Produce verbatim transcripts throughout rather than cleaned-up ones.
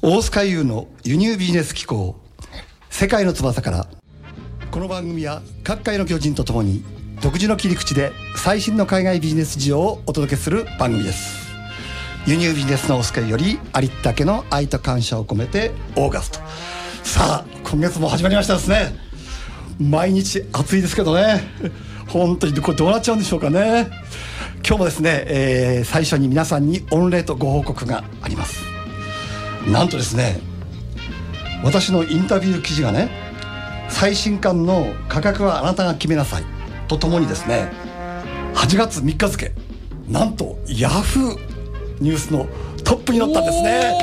大須賀優の輸入ビジネス機構世界の翼から。この番組は各界の巨人とともに独自の切り口で最新の海外ビジネス事情をお届けする番組です。輸入ビジネスの大須賀優よりありったけの愛と感謝を込めてオーガスト。さあ今月も始まりましたですね。毎日暑いですけどね、本当にこれどうなっちゃうんでしょうかね。今日もですね、えー、最初に皆さんに御礼とご報告があります。なんとですね、私のインタビュー記事がね、最新刊の価格はあなたが決めなさいとともにですね、はちがつみっか付、なんとヤフーニュースのトップになったんですね。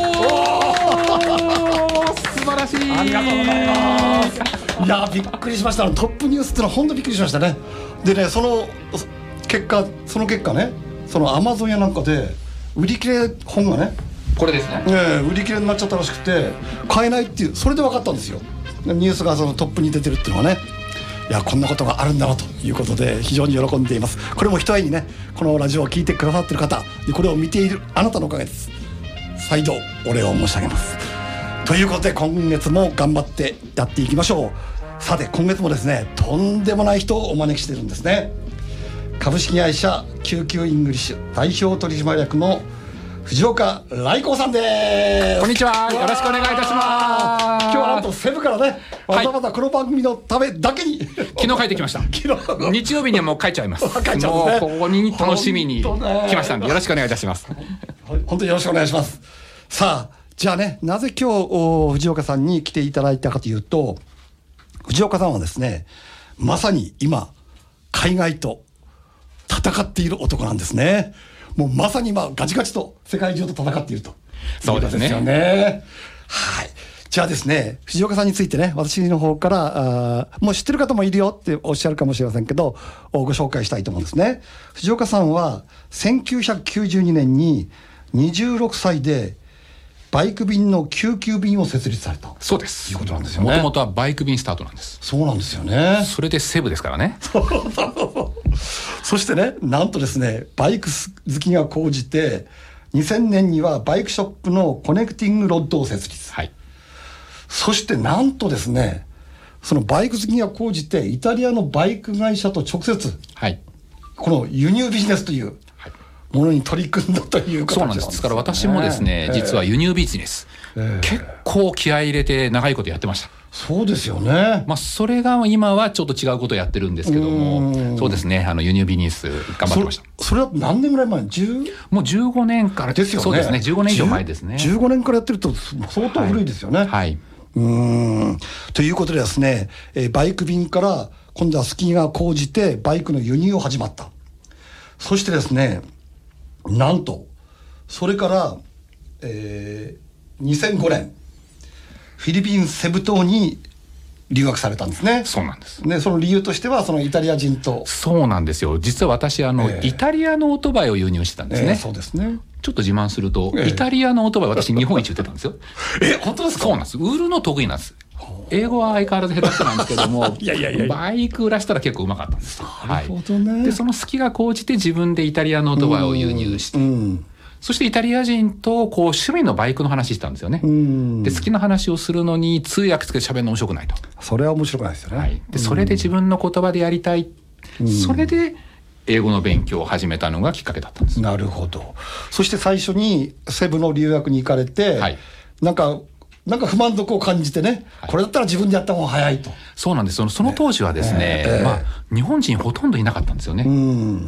おー素晴らしい。 ありがとうございます。いやびっくりしました。トップニュースってのは本当にびっくりしましたね。でね、その結果その結果ね、そのアマゾンやなんかで売り切れ本がね、 これですね、 ね売り切れになっちゃったらしくて買えないっていう、それで分かったんですよ。ニュースがそのトップに出てるっていうのはね、いやこんなことがあるんだなということで非常に喜んでいます。これも一重にね、このラジオを聞いてくださってる方で、これを見ているあなたのおかげです。再度お礼を申し上げます。ということで今月も頑張ってやっていきましょう。さて今月もですね、とんでもない人をお招きしてるんですね。株式会社キューキューイングリッシュ代表取締役の藤岡来光さんです。 こんにちは、よろしくお願いいたします。 今日はなんとセブからね、わざわざこの番組のためだけに、はい、 昨日帰ってきました。昨日日曜日にはもう帰っちゃいます。 帰っちゃうんですね。 もうここに楽しみに来ましたんで、よろしくお願いいたします。 本当によろしくお願いします。さあじゃあね、なぜ今日藤岡さんに来ていただいたかというと、藤岡さんはですね、まさに今海外と戦っている男なんですね。もうまさに今ガチガチと世界中と戦っていると。 そうですね。 そうですよね。はい。じゃあですね、藤岡さんについてね、私の方からあもう知ってる方もいるよっておっしゃるかもしれませんけど、ご紹介したいと思うんですね。藤岡さんはせんきゅうひゃくきゅうじゅうにねんににじゅうろくさいでバイク便の救急便を設立された。 そうです。 いうことなんですよね。 もともとはバイク便スタートなんです。 そうなんですよね。 それでセブですからね。 そしてね、なんとですね、バイク好きが高じてにせんねんにはバイクショップのコネクティングロッドを設立、はい、そしてなんとですね、そのバイク好きが高じてイタリアのバイク会社と直接、はい、この輸入ビジネスというものに取り組んだということなんですね。 そうなんです。ですから私もですね、えー、実は輸入ビジネス、えー、結構気合い入れて長いことやってました。 そうですよね。 まあ、それが今はちょっと違うことをやってるんですけども、そうですね、あの輸入ビジネス頑張ってました。 そ, それは何年ぐらい前？じゅうもうじゅうごねんからですよね。 そうですね、じゅうごねん以上前ですね。 じゅうごねんからやってると相当古いですよね。 はい、はい、 うーんということでですね、えー、バイク便から今度はスキーが高じてバイクの輸入を始まった。そしてですね、なんとそれから、えー、にせんごねんフィリピンセブ島に留学されたんですね。 そうなんです、 ね、その理由としてはそのイタリア人と。 そうなんですよ。実は私あの、えー、イタリアのオートバイを輸入してたんですね、えー、 そうですね。ちょっと自慢すると、えー、イタリアのオートバイ私日本一売ってたんですよ。 え本当ですか？ そうなんです。売るの得意なんです。英語は相変わらず下手くそなんですけどもいやいやいや、 バイク売らしたら結構うまかったんです。 なるほどね、 はい、でその好きが高じて自分でイタリアのオートバイを輸入して、うんうん、そしてイタリア人とこう趣味のバイクの話したんですよね。うん、で好きな話をするのに通訳つけて喋るの面白くないと。 それは面白くないですよね。 はい、でそれで自分の言葉でやりたい、うん、それで英語の勉強を始めたのがきっかけだったんです。 なるほど。そして最初にセブの留学に行かれて、はい、なんかなんか不満足を感じてね、はい、これだったら自分でやった方が早いと。 そうなんです。その、その当時はですね、えーえーまあ、日本人ほとんどいなかったんですよね。うん、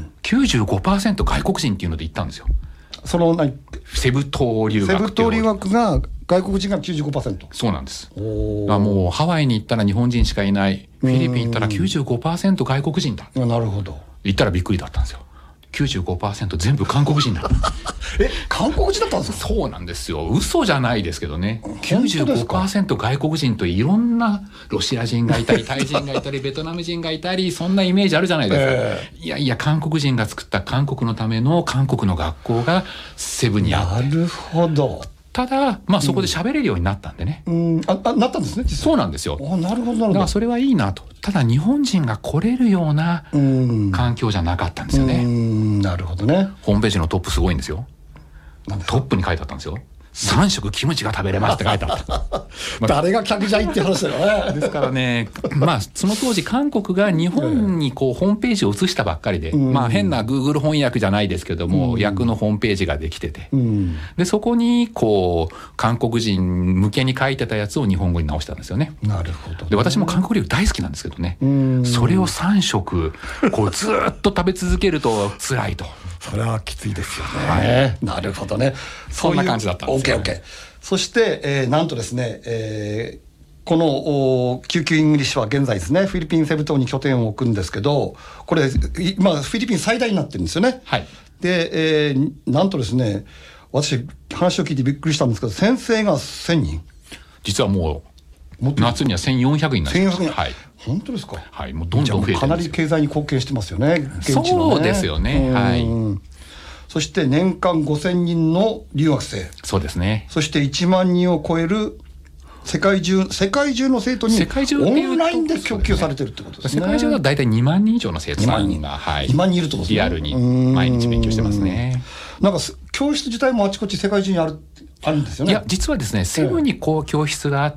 きゅうじゅうごパーセント 外国人っていうので行ったんですよ。 その何セブ島留学。 セブ島留学が外国人が きゅうじゅうごパーセント。 そうなんです。おもうハワイに行ったら日本人しかいない、フィリピン行ったら きゅうじゅうごパーセント 外国人だ。 なるほど。 行ったらびっくりだったんですよ。きゅうじゅうごパーセント 全部韓国人だった。 え韓国人だったんですか？ そうなんですよ。嘘じゃないですけどね。きゅうじゅうごパーセント 外国人といろんなロシア人がいたりタイ人がいたりベトナム人がいたり、そんなイメージあるじゃないですか、えー、いやいや韓国人が作った韓国のための韓国の学校がセブンにあって。 なるほど。 ただ、まあ、そこで喋れるようになったんでね、 うん、ああなったんですね。実際そうなんですよ。 あなるほどなるほど。 だからそれはいいなと。ただ日本人が来れるような環境じゃなかったんですよね。 うんなるほどね。 ホームページのトップすごいんですよ。トップに書いてあったんですよ。 さん食キムチが食べれますって書いてあった。まあ、 誰が客じゃいって話だよね。 ですからね、まあ、その当時韓国が日本にこうホームページを移したばっかりで、うん、まあ変な Google 翻訳じゃないですけども、うん、訳のホームページができてて、うん、でそこにこう韓国人向けに書いてたやつを日本語に直したんですよね。 なるほど、ね。 で私も韓国料理大好きなんですけどね、うん、それをさん食こうずっと食べ続けると辛いと。 それはきついですよね。はい、なるほどね。 そんな感じだったんですよ、ね。 オーケーオーケー。そして、えー、なんとですね、えー、この救急イングリッシュは現在ですね、フィリピンセブ島に拠点を置くんですけど、これ今フィリピン最大になってるんですよね。 はい。 で、えー、なんとですね、私話を聞いてびっくりしたんですけど、先生がせんにん。 実はもう夏にはせんよんひゃくにんになりました。せんよんひゃくにん。 はい。本当ですか。 はい。もうどんどん増えてるんですよ。 かなり経済に貢献してますよね。現地のね。 そうですよね。はい。 そして年間ごせんにんの留学生。 そうですね。 そしていちまんにんを超える世界中世界中の生徒にオンラインで供給されてるってことですね。 世界中だと大体にまんにん以上の生徒さんが、 はい、にまんにんいるってことですね。 リアルに毎日勉強してますね。 なんか教室自体もあちこち世界中にあるあるんですよね。 いや実はですね、セブンにこう教室があって、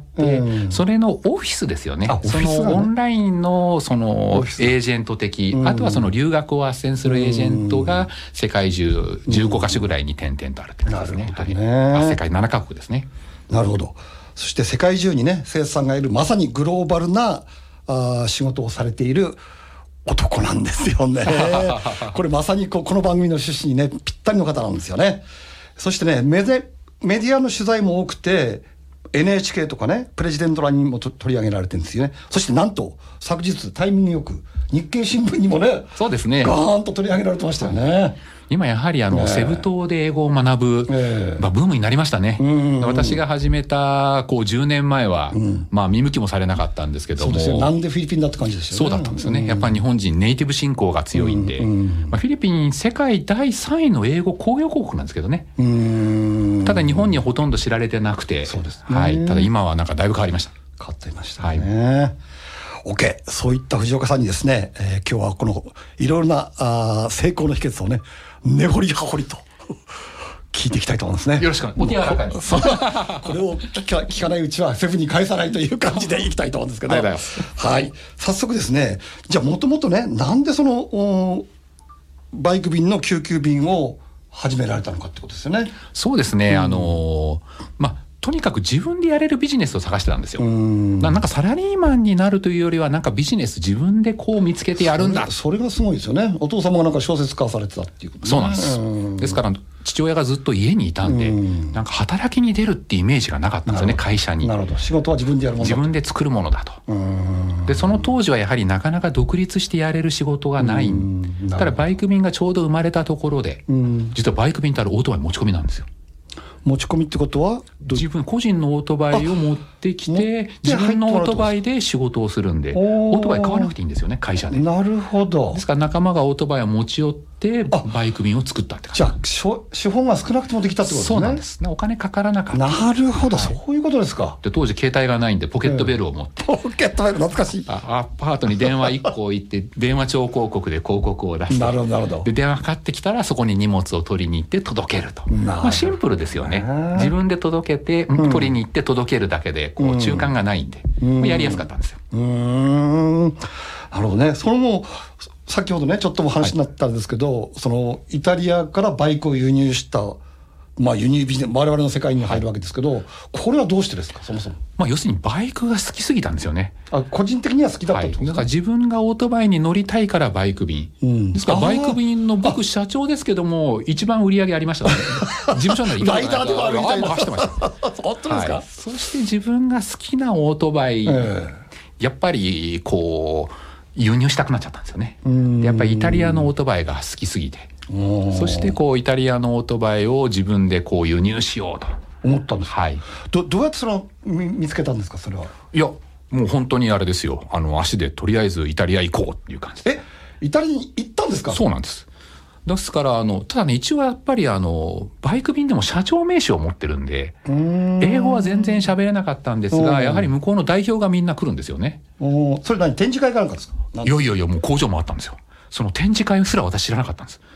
うん、それのオフィスですよね。そのオンラインのそのエージェント的、うん、あとはその留学を斡旋するエージェントが世界中じゅうごカ所ぐらいに点々とあるってことですね。 なるほどね。 はい、世界ななカ国ですね。 なるほど。そして世界中にね生徒さんがいるまさにグローバルなあ仕事をされている男なんですよね。これまさにこうこの番組の趣旨にねぴったりの方なんですよね。そしてねメデメディアの取材も多くて エヌエイチケー とかねプレジデント欄にも取り上げられてるんですよね。そしてなんと昨日タイミングよく日経新聞にもねそうですねガーンと取り上げられてましたよね。 今やはりあの、ね、セブ島で英語を学ぶ、えーまあ、ブームになりましたね。うんうんうん、私が始めたこうじゅうねんまえは、うん、まあ見向きもされなかったんですけども。 そうですよ。なんでフィリピンだって感じですよね。 そうだったんですよね。うんうん、やっぱり日本人ネイティブ信仰が強いんで、うんうんまあ、フィリピン世界だいさんいの英語公用国なんですけどね。うんただ日本にはほとんど知られてなくて、そうですね、はい、ただ今はなんかだいぶ変わりました。 変わっていましたね。はい、OK。そういった藤岡さんにですね、えー、今日はこのいろいろなあ成功の秘訣をね根掘り葉掘りと聞いていきたいと思うんですね。 よろしくお手柔らかに。これを聞かないうちはセブンに返さないという感じでいきたいと思うんですけど。はい。早速ですね。じゃあもともとね、なんでそのバイク便の救急便を始められたのかってことですよね。 そうですね。うん、あのまあ。とにかく自分でやれるビジネスを探してたんですよ。んなんかサラリーマンになるというよりはなんかビジネス自分でこう見つけてやるんだ。 それ、それがすごいですよね。お父様がなんか小説家されてたっていうこと、ね、 そうなんです。ですから父親がずっと家にいたんでんなんか働きに出るってイメージがなかったんですよね。会社に。 なるほど。仕事は自分でやるものだと。 自分で作るものだと。でその当時はやはりなかなか独立してやれる仕事がない。ただバイク便がちょうど生まれたところで実はバイク便ってあるオートバイ持ち込みなんですよ。 持ち込みってことは自分個人のオートバイを持ってきて自分のオートバイで仕事をするんでオートバイ買わなくていいんですよね会社で。 なるほど。 ですから仲間がオートバイを持ち寄ってバイク便を作ったって感じ。 じゃあ資本が少なくてもできたってことですね。 そうなんです。お金かからなかった。 なるほど、はい、そういうことですか。 で当時携帯がないんでポケットベルを持って、 えー、ポケットベル懐かしい。 あアパートに電話いっこ置いて電話帳広告で広告を出してなるほどなるほど。 で電話かかってきたらそこに荷物を取りに行って届けると。まあ、シンプルですよね。自分で届けて、うん、取りに行って届けるだけでこう中間がないんで、うん、まあ、やりやすかったんですよ。うーんなるほどね。それも先ほどねちょっとも話になったんですけど、はい、そのイタリアからバイクを輸入したまあ輸入ビジネス我々の世界に入るわけですけど、はい、これはどうしてですかそもそも。 まあ、要するにバイクが好きすぎたんですよね。 あ個人的には好きだったってことですか。はい、だから自分がオートバイに乗りたいからバイク便、うん、ですからバイク便の僕社長ですけども一番売り上げありましたね。事務所のライダーでもあるみたいな。 走ってました。 本当ですか。はい、 そして自分が好きなオートバイ、えー、やっぱりこう輸入したくなっちゃったんですよね。でやっぱりイタリアのオートバイが好きすぎてそしてこうイタリアのオートバイを自分でこう輸入しようと思ったんですか。 はい、 ど, どうやってそれを 見, 見つけたんですかそれは。 いやもう本当にあれですよ。あの足でとりあえずイタリア行こうっていう感じで。 えイタリアに行ったんですか。 そうなんです。ですからあのただね一応やっぱりあのバイク便でも社長名刺を持ってるんで英語は全然喋れなかったんですがやはり向こうの代表がみんな来るんですよね。 おそれ何展示会かなんかですか。 いやいやいやもう工場もあったんですよ。その展示会すら私知らなかったんです。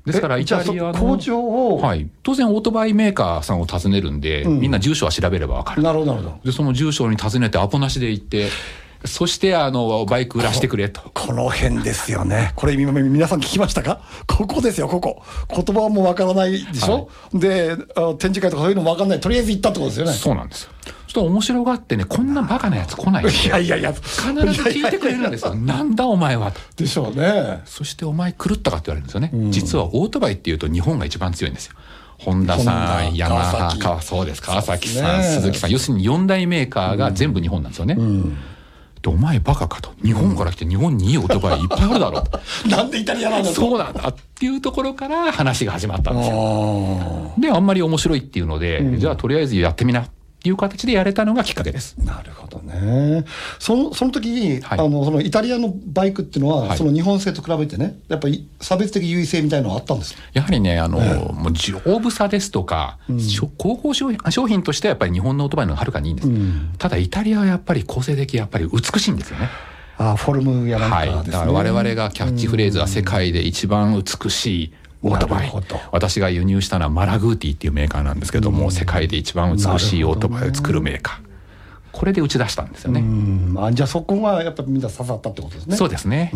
ですからイタリアの工場を、 はい、当然オートバイメーカーさんを訪ねるんで、うん、みんな住所は調べれば分かる。 なるほどなるほど。 でその住所に訪ねてアポなしで行って、そしてあのバイク売らしてくれと。 この辺ですよね。これ皆さん聞きましたか？ここですよ、ここ。言葉もわからないでしょ、はい、で展示会とかそういうのもわからない、とりあえず行ったってことですよね。 そうなんですよ。ちょっと面白がってね、こんなバカなやつ来ないんですよ。 いやいやいや、 必ず聞いてくれるんですよ。なんだお前はと。 でしょうね。 そしてお前狂ったかって言われるんですよね、うん、実はオートバイっていうと日本が一番強いんですよ。ホンダさん、ヤマハ、川そうです、川崎さん、ね、鈴木さん、要するによん大メーカーが全部日本なんですよね、うんうん、でお前バカかと、日本から来て日本にいいオートバイいっぱいあるだろうとなんでイタリアなんだと。 そうなんだっていうところから話が始まったんですよ。であんまり面白いっていうので、うん、じゃあとりあえずやってみなっていう形でやれたのがきっかけです。 なるほどね。そのその時に、はい、あのそのイタリアのバイクっていうのは、はい、その日本製と比べてね、やっぱり差別的優位性みたいなのはあったんですか？ やはりね、あの、えー、もう丈夫さですとか、うん、高校商品、商品としてはやっぱり日本のオートバイの方がはるかにいいんです、うん、ただイタリアはやっぱり構成的やっぱり美しいんですよね。 あ、フォルムやなんかですね、はい、だから我々がキャッチフレーズは世界で一番美しいオートバイ、私が輸入したのはマラグーティっていうメーカーなんですけども、うん、世界で一番美しいオートバイを作るメーカー、これで打ち出したんですよね。うん、 あ、じゃあそこがやっぱりみんな刺さったってことですね。 そうですね。 うん、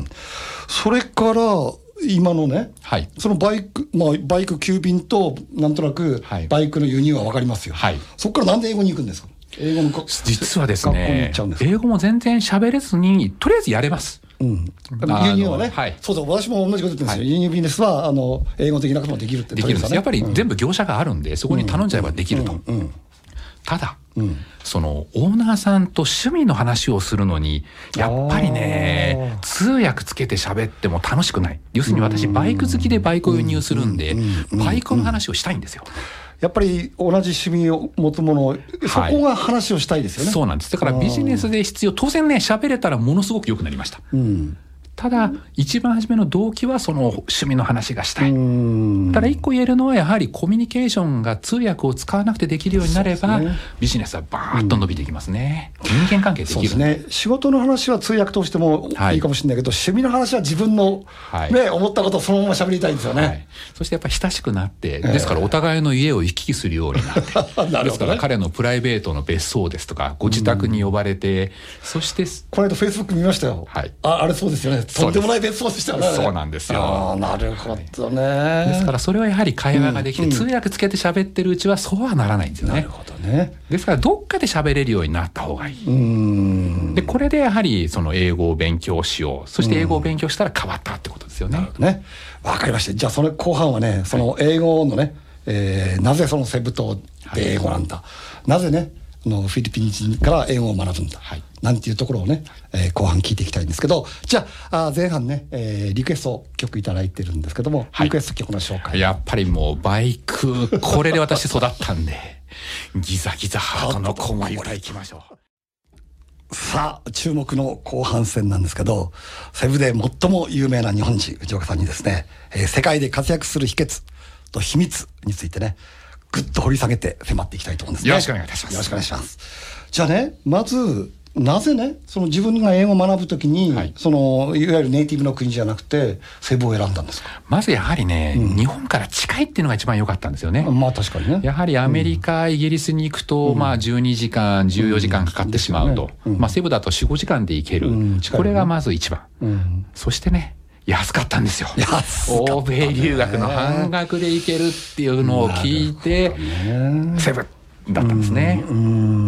それから今のね、はい、そのバイク、まあ、バイク急便となんとなくバイクの輸入は分かりますよ、はい、そこからなんで英語に行くんですか？英語の実はですね、英語も全然喋れずにとりあえずやれます。うん、 輸入はね、はい、そうだ、私も同じこと言ってるんですよ、はい、輸入ビジネスはあの英語できなくてもできるって、 できるんです、ね、やっぱり全部業者があるんで、うん、そこに頼んじゃえばできると、うんうんうん、ただ、うん、そのオーナーさんと趣味の話をするのにやっぱりね、通訳つけて喋っても楽しくない。要するに私バイク好きでバイクを輸入するんで、バイクの話をしたいんですよ。 やっぱり同じ趣味を持つもの、そこが話をしたいですよね、はい、 そうなんです。だからビジネスで必要、当然ね、喋れたらものすごく良くなりました、うん、ただ一番初めの動機はその趣味の話がしたい。ただ一個言えるのはやはりコミュニケーションが通訳を使わなくてできるようになれば、ね、ビジネスはバーッと伸びていきますね、うん、人間関係できる。そうですね、仕事の話は通訳としてもいいかもしれないけど、はい、趣味の話は自分の、はいね、思ったことをそのまま喋りたいんですよね、はい、 そしてやっぱり親しくなって、ですからお互いの家を行き来するようになって、ね、ですから彼のプライベートの別荘ですとかご自宅に呼ばれて、そしてこの間フェイスブック見ましたよ、はい、あ, あれそうですよね、とんでもない別荘でしたよね。 そうなんですよ。 あ、なるほどね、 はい、ですからそれはやはり会話ができて、うん、通訳つけて喋ってるうちはそうはならないんですよね。 なるほどね。ですからどっかで喋れるようになった方がいい。うーん、でこれでやはりその英語を勉強しよう、そして英語を勉強したら変わったってことですよね。 ね、わかりました。じゃあその後半はね、その英語のね、はい、えー、なぜそのセブ島で英語なんだ、はい、なぜねのフィリピン人から英語を学ぶんだ、はい、なんていうところをね、えー、後半聞いていきたいんですけど、じゃあ、あ前半ね、えー、リクエスト曲いただいてるんですけども、はい、リクエスト曲の紹介。 やっぱりもうバイク、これで私育ったんでギザギザハートの子守歌いきましょう。 さあ注目の後半戦なんですけど、セブで最も有名な日本人藤岡さんにですね、えー、世界で活躍する秘訣と秘密についてね、ぐっと掘り下げて迫っていきたいと思うんですね。 よろしくお願いいたします。 よろしくお願いします。じゃあね、まずなぜね、その自分が英語を学ぶときに、はい、そのいわゆるネイティブの国じゃなくてセブを選んだんですか？ まずやはりね、うん、日本から近いっていうのが一番良かったんですよね。 まあ確かにね。 やはりアメリカ、うん、イギリスに行くと、まあじゅうにじかんじゅうよじかんかかってしまうと、うんね、うん、まあセブだと よん、ごじかんで行ける、うん、これがまず一番、うん、そしてね、安かったんですよ。欧米留学の半額で行けるっていうのを聞いて、ね、セブだったんですね。うん、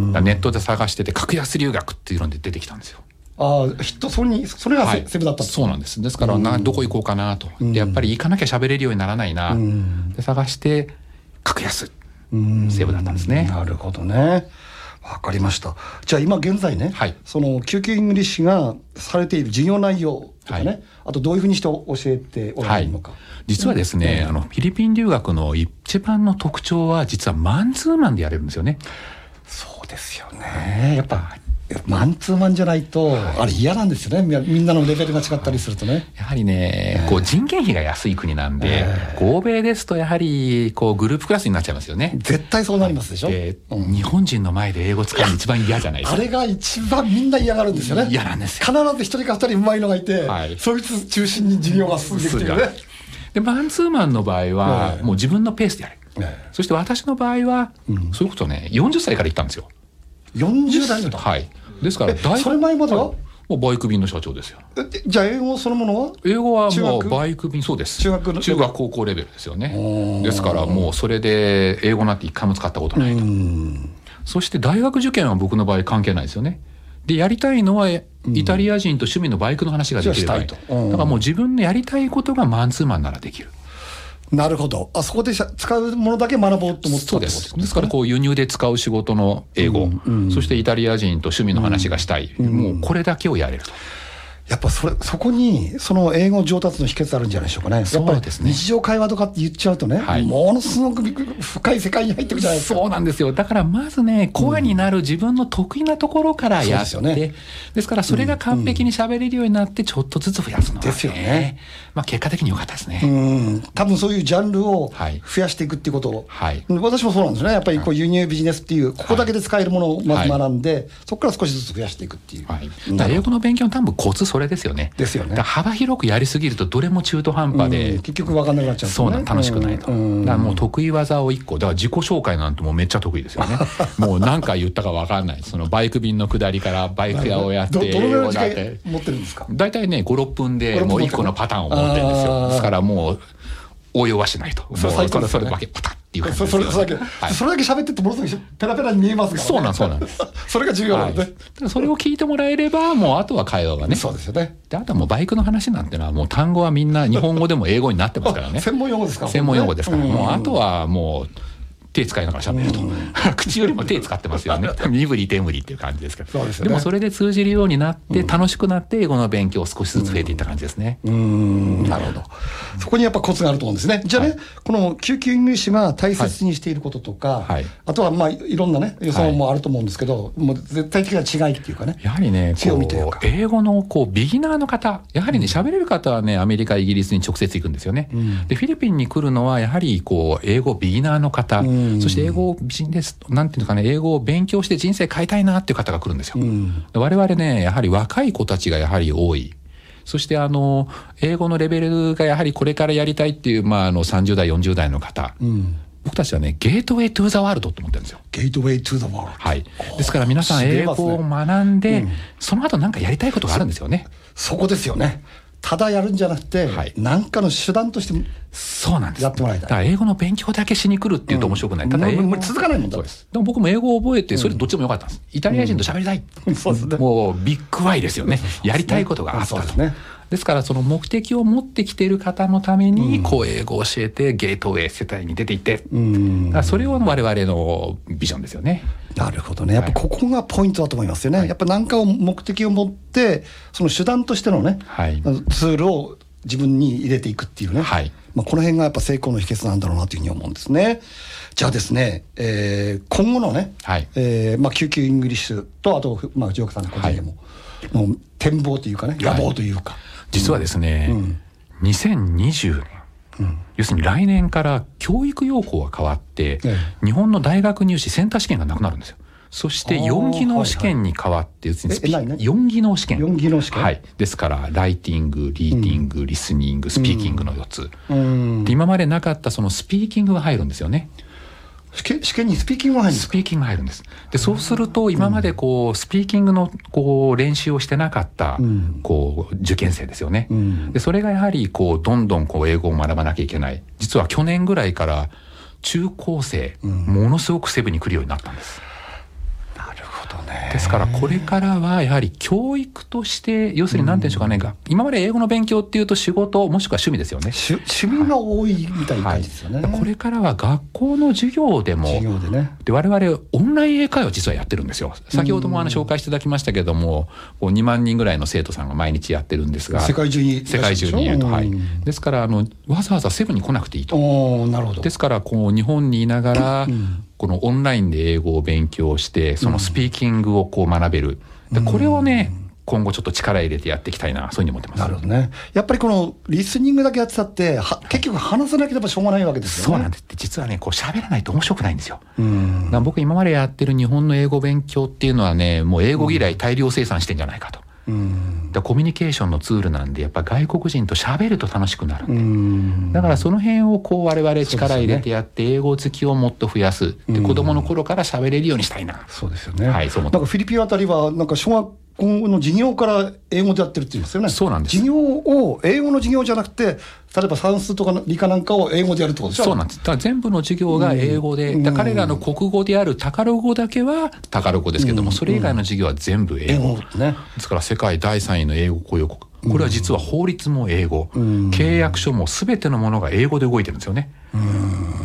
ネットで探してて格安留学っていうので出てきたんですよ。 ああ、ヒット、それにそれがセ、はい、セブだったんですか？ そうなんです。ですからな、どこ行こうかなと、でやっぱり行かなきゃ喋れるようにならないな、で探して格安セブだったんですね。 なるほどね、わかりました。じゃあ今現在ね、はい、その救急イングリッシュがされている授業内容とかね、はい、あとどういうふうにして教えておられるのか、はい、 実はですね、うん、あのフィリピン留学の一番の特徴は実はマンツーマンでやれるんですよね。 そうですよね、やっぱマンツーマンじゃないと、はい、あれ嫌なんですよね。みんなのレベルが違ったりするとね。 やはりね、こう人件費が安い国なんで、えー、欧米ですとやはりこうグループクラスになっちゃいますよね。 絶対そうなりますでしょ。 えーうん、日本人の前で英語使うの一番嫌じゃないですか。 あれが一番みんな嫌がるんですよね。 嫌なんですよ。 必ず一人か二人上手いのがいて、はい、そいつ中心に授業が進んでいくというね。 でマンツーマンの場合は、 ええ、 もう自分のペースでやれ、ええ、そして私の場合は、うん、そういうことねよんじゅっさいから言ったんですよ。 よんじゅう代の時、 はい、ですから大それ前までは、はい、 もうバイク便の社長ですよ。 じゃあ英語そのものは英語はもうバイク便、そうです、 中学の中学高校レベルですよね。ですからもうそれで英語なんて一回も使ったことないと。そして大学受験は僕の場合関係ないですよね。でやりたいのはイタリア人と趣味のバイクの話ができればいいと、うん、だからもう自分のやりたいことがマンツーマンならできる。 なるほど。あそこで使うものだけ学ぼうと思ってた。 そうです。ですからこう輸入で使う仕事の英語、うんうん、そしてイタリア人と趣味の話がしたい、うん、もうこれだけをやれると。 やっぱそれそこにその英語上達の秘訣あるんじゃないでしょうかね。やっぱり日常会話とかって言っちゃうとね、はい、ものすごく深い世界に入ってくるじゃないですか。 そうなんですよ。だからまずね、コアになる自分の得意なところからやって、うん、ですよね、ですからそれが完璧に喋れるようになってちょっとずつ増やすのが、ね、 ですよね。 まあ結果的に良かったですね。 うん、多分そういうジャンルを増やしていくっていうことを、はい、私もそうなんですね。やっぱりこう輸入ビジネスっていうここだけで使えるものをまず学んで、はい、そこから少しずつ増やしていくっていう、はい、 だから英語の勉強の多分コツそれですよね。 ですよね。 幅広くやりすぎるとどれも中途半端で、 うん、結局分かんなくなっちゃう、ね、 そうなん楽しくないと、うん、だからもう得意技をいっこ、だから自己紹介なんてもうめっちゃ得意ですよねもう何回言ったか分かんない、そのバイク便の下りからバイク屋をやってどのぐらいの時間持ってるんですか。 大体ねごろっぷんでもういっこのパターンを持ってるんですよ。ですからもう応用はしないと、 それ最高ですよね。 それだけパタッっていう感じですよ、ね、それだけ、はい、それだけ喋ってってものすごいペラペラに見えますからね。 そうなんそうなんですそれが重要なんで、はい、 それを聞いてもらえればもうあとは会話がね。 そうですよね。 であとはもうバイクの話なんてのはもう単語はみんな日本語でも英語になってますからね専門用語ですから、ね、 専門用語ですから、もうあとはもう手使いながら喋ると、口よりも手使ってますよね身振り手振りっていう感じですけど、 そうですよね。 でもそれで通じるようになって楽しくなって英語の勉強少しずつ増えていった感じですね。 うん、うんなるほど。そこにやっぱコツがあると思うんですね。じゃあね、はい、この救急イングリッシュが大切にしていることとか、はい、あとはまあいろんなね予想もあると思うんですけど、はい、もう絶対的な違いっていうかね、 やはりね強みというか英語のこうビギナーの方、やはりね喋れる方はねアメリカイギリスに直接行くんですよね、うん、でフィリピンに来るのはやはりこう英語ビギナーの方、うん、そして英語ビジネスなんていうのかね、英語を勉強して人生変えたいなっていう方が来るんですよ、うん、我々ねやはり若い子たちがやはり多い。そしてあの英語のレベルがやはりこれからやりたいっていう、まあ、あのさんじゅう代よんじゅう代の方、うん、僕たちはねゲートウェイトゥーザワールドって思ってるんですよ。 ゲートウェイトゥーザワールド、 はい、ですから皆さん英語を学んで、ねうん、その後なんかやりたいことがあるんですよね。 そ, そこですよね。ただやるんじゃなくて、はい、何かの手段としてそうなんです。 やってもらいたい。 だから英語の勉強だけしに来るっていうと面白くない、うん、ただ英語続かないもんだ。 そうです。でも僕も英語を覚えてそれどっちでもよかったんです、うん、イタリア人と喋りたい、うん、そうですね、もうビッグワイですよね。やりたいことがあったと。そうですね。ですからその目的を持ってきている方のためにこう英語を教えてゲートウェイ世帯に出ていって、うん、だからそれを我々のビジョンですよね。 なるほどね。やっぱここがポイントだと思いますよね、はい、やっぱ何かを目的を持ってその手段としてのね、はい、ツールを自分に入れていくっていうね、はい、まあ、この辺がやっぱ成功の秘訣なんだろうなというふうに思うんですね。じゃあですね、えー、今後のね、はい、えーまあ、救急イングリッシュとあと、まあ、藤岡さんの個人でも、はい、の展望というかね、野望というか、はい、 実はですね、うん、にせんにじゅうねん、うん、要するに来年から教育要項が変わって、ええ、日本の大学入試センター試験がなくなるんですよ。そしてよん技能試験に変わって、はいはい、よん技能試験、 よん技能試験、 はい、ですからライティング、リーディング、うん、リスニング、スピーキングのよっつ、うん、で今までなかったそのスピーキングが入るんですよね。 試験、試験にスピーキングが入るんですか？ スピーキングが入るんです。でそうすると今までこうスピーキングのこう練習をしてなかったこう受験生ですよね、うん、でそれがやはりこうどんどんこう英語を学ばなきゃいけない。実は去年ぐらいから中高生、うん、ものすごくセブに来るようになったんです。ですからこれからはやはり教育として要するに何て言うんでしょうかね、うん、今まで英語の勉強っていうと仕事もしくは趣味ですよね。 趣味が多いみたいな感じですよね、 はい、これからは学校の授業でも授業で、ね、で我々オンライン英会話を実はやってるんですよ。先ほどもあの紹介していただきましたけども、こうにまんにんぐらいの生徒さんが毎日やってるんですが、 世界中に世界中にいると、はい、ですからあのわざわざセブンに来なくていいと。 なるほど。 ですからこう日本にいながら、うんこのオンラインで英語を勉強してそのスピーキングをこう学べる、でこれをね今後ちょっと力入れてやっていきたいな、そういうふうに思ってます。なるほどね。やっぱりこのリスニングだけやってたっては結局話さなければしょうがないわけですよね。 そうなんです。実はねこう喋らないと面白くないんですよ。うんだから僕今までやってる日本の英語勉強っていうのはねもう英語嫌い大量生産してんじゃないかと、 うん、 だコミュニケーションのツールなんでやっぱ外国人と喋ると楽しくなるんで、 うん、 だからその辺をこう我々力入れてやって英語好きをもっと増やすで、子供の頃から喋れるようにしたいな。 そうですよね、 はい、そう思ってなんかフィリピンあたりはなんか小学校の授業から英語でやってるって言いますよね。 そうなんです。 授業を英語の授業じゃなくて例えば算数とか理科なんかを英語でやるってことですよね。 そうなんです。だから全部の授業が英語で、うん、だ彼らの国語であるタガロ語だけはタガロ語ですけども、うん、それ以外の授業は全部英語、うんね、ですから世界だいさんいの英語公用国、これは実は法律も英語、うん、契約書も全てのものが英語で動いてるんですよね、うん、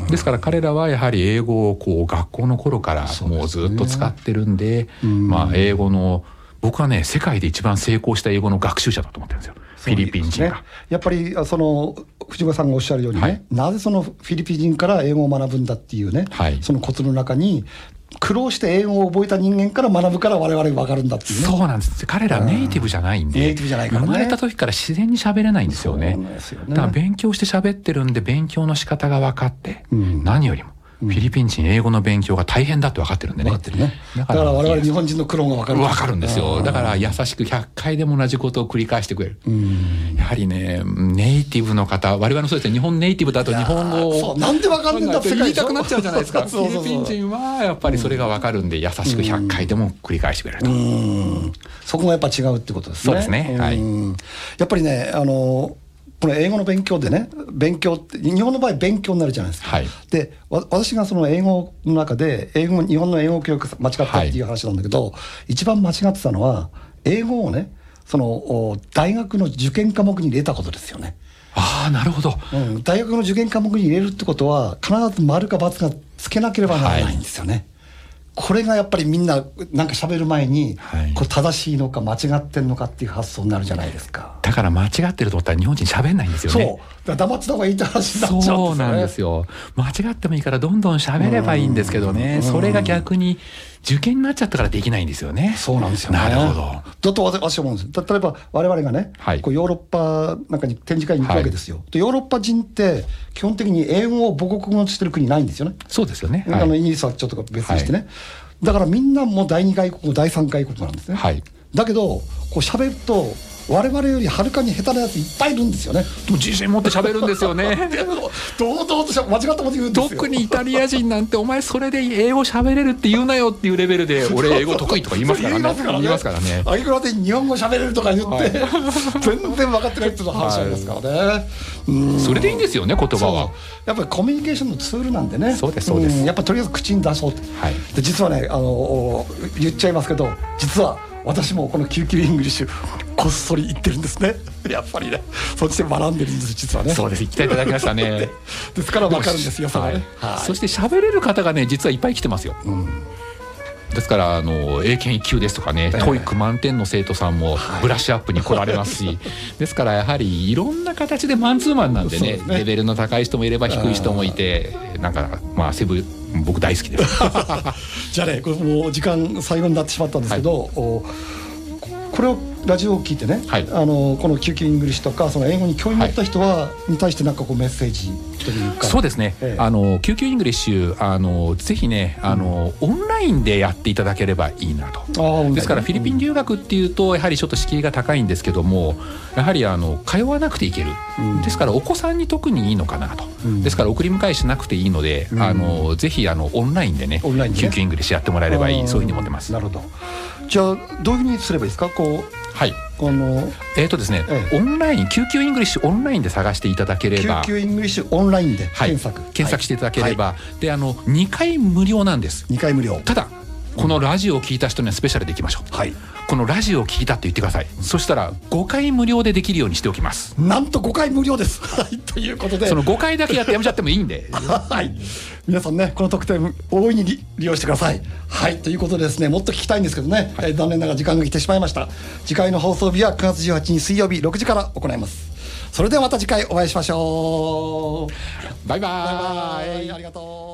ですから彼らはやはり英語をこう学校の頃からもうずっと使ってるんで、うん、まあ英語の僕はね世界で一番成功した英語の学習者だと思ってるんですよ、フィリピン人が、ね、 やっぱりその藤岡さんがおっしゃるようにね、はい、なぜそのフィリピン人から英語を学ぶんだっていうね、はい、そのコツの中に苦労して英語を覚えた人間から学ぶから我々分かるんだっていうね。 そうなんです。彼らネイティブじゃないんで、 ネイティブじゃないからね、 生まれた時から自然に喋れないんですよね。そうなんですよね。だから勉強して喋ってるんで勉強の仕方が分かって、うん、何よりもフィリピン人英語の勉強が大変だって分かってるんでね。 分かってるね。だから、だから我々日本人の苦労が分かるんですよ。 分かるんですよ。だから優しくひゃっかいでも同じことを繰り返してくれる。うんやはりねネイティブの方、我々もそうですね、日本ネイティブだと日本語をそうなんで分かるんだって言いたくなっちゃうじゃないですか。そうそうそう、フィリピン人はやっぱりそれが分かるんで優しくひゃっかいでも繰り返してくれると。 うんそこがやっぱ違うってことですね。 そうですね。はい。 やっぱりねあのこの英語の勉強でね、勉強って日本の場合勉強になるじゃないですか、はい、で私がその英語の中で英語日本の英語教育間違ったっていう話なんだけど、はい、一番間違ってたのは英語をねその大学の受験科目に入れたことですよね。 ああなるほど、 うん、大学の受験科目に入れるってことは必ず丸か×がつけなければならないんですよね、はい、これがやっぱりみんななんか喋る前に、はい、これ正しいのか間違ってんのかっていう発想になるじゃないですか。 だから間違ってると思ったら日本人喋んないんですよね。 そうだから黙ってた方がいいって話になっちゃうんですよね。 そうなんですよ。間違ってもいいからどんどん喋ればいいんですけどね、それが逆に受験になっちゃったからできないんですよね。 そうなんですよね。 なるほど。 だと私は思うんです。例えば我々がね、はい、こうヨーロッパなんかに展示会に行くわけですよ、はい、でヨーロッパ人って基本的に英語を母国語としてる国ないんですよね。 そうですよね、はい、 あのイギリスはちょっと別にしてね、はい、だからみんなもう第二外国語第三外国語なんですね、はい、だけどこう喋ると我々よりはるかに下手なやついっぱいいるんですよね。 でも自信持って喋るんですよね堂々と間違ったこと言うんですよ。 特にイタリア人なんてお前それで英語喋れるって言うなよっていうレベルで俺英語得意とか言いますからね。言いますからね。 あげくらで日本語喋れるとか言って、はい、全然分かってないっていうの話ありますからね、はい、うんそれでいいんですよね言葉は。 やっぱりコミュニケーションのツールなんでね。 そうですそうです、 うん、やっぱとりあえず口に出そうって、はい、で実はねあの言っちゃいますけど実は私もこの救急イングリッシュこっそり言ってるんですね。やっぱりねそっちで学んでるんです実はね。 そうです、言っていただきましたねですから分かるんですよそれね、 はいはい、そして喋れる方がね実はいっぱい来てますよ、うん、ですからあの英検いっ級ですとかね、えー、トイック満点の生徒さんもブラッシュアップに来られますし、はい、ですからやはりいろんな形でマンツーマンなんで ね, ねレベルの高い人もいれば低い人もいてなんかまあセブ僕大好きですじゃあねこれもう時間最後になってしまったんですけど、はい、これをラジオを聞いてね、はい、あのこの救急イングリッシュとかその英語に興味持った人は、はい、に対して何かこうメッセージというか。 そうですね、ええ、あの救急イングリッシュあのぜひねあの、うん、オンラインでやっていただければいいなと。ですからフィリピン留学っていうとやはりちょっと敷居が高いんですけどもやはりあの通わなくていける、うん、ですからお子さんに特にいいのかなと、うん、ですから送り迎えしなくていいので、うん、あのぜひあのオンラインでね救急イングリッシュやってもらえればいい、そういうふうに思ってます。 なるほど。じゃあどういうふうにすればいいですかこうはい、このえーとですね、ええ、オンライン救急イングリッシュオンラインで探していただければ救急イングリッシュオンラインで検索、 はい、検索していただければ、はい、であのにかい無料なんです。 にかい無料。ただこのラジオを聞いた人にはスペシャルでいきましょう、はい、このラジオを聞いたって言ってください、うん、そしたらごかい無料でできるようにしておきます。 なんとごかい無料ですということでそのごかいだけやってやめちゃってもいいんではい、皆さんねこの特典大いに 利, 利用してください。はいということでですねもっと聞きたいんですけどね、はい、えー、残念ながら時間が来てしまいました。次回の放送日はくがつじゅうはちにち水曜日ろくじから行います。それではまた次回お会いしましょう。 バイバーイ。 バイバーイ。ありがとう。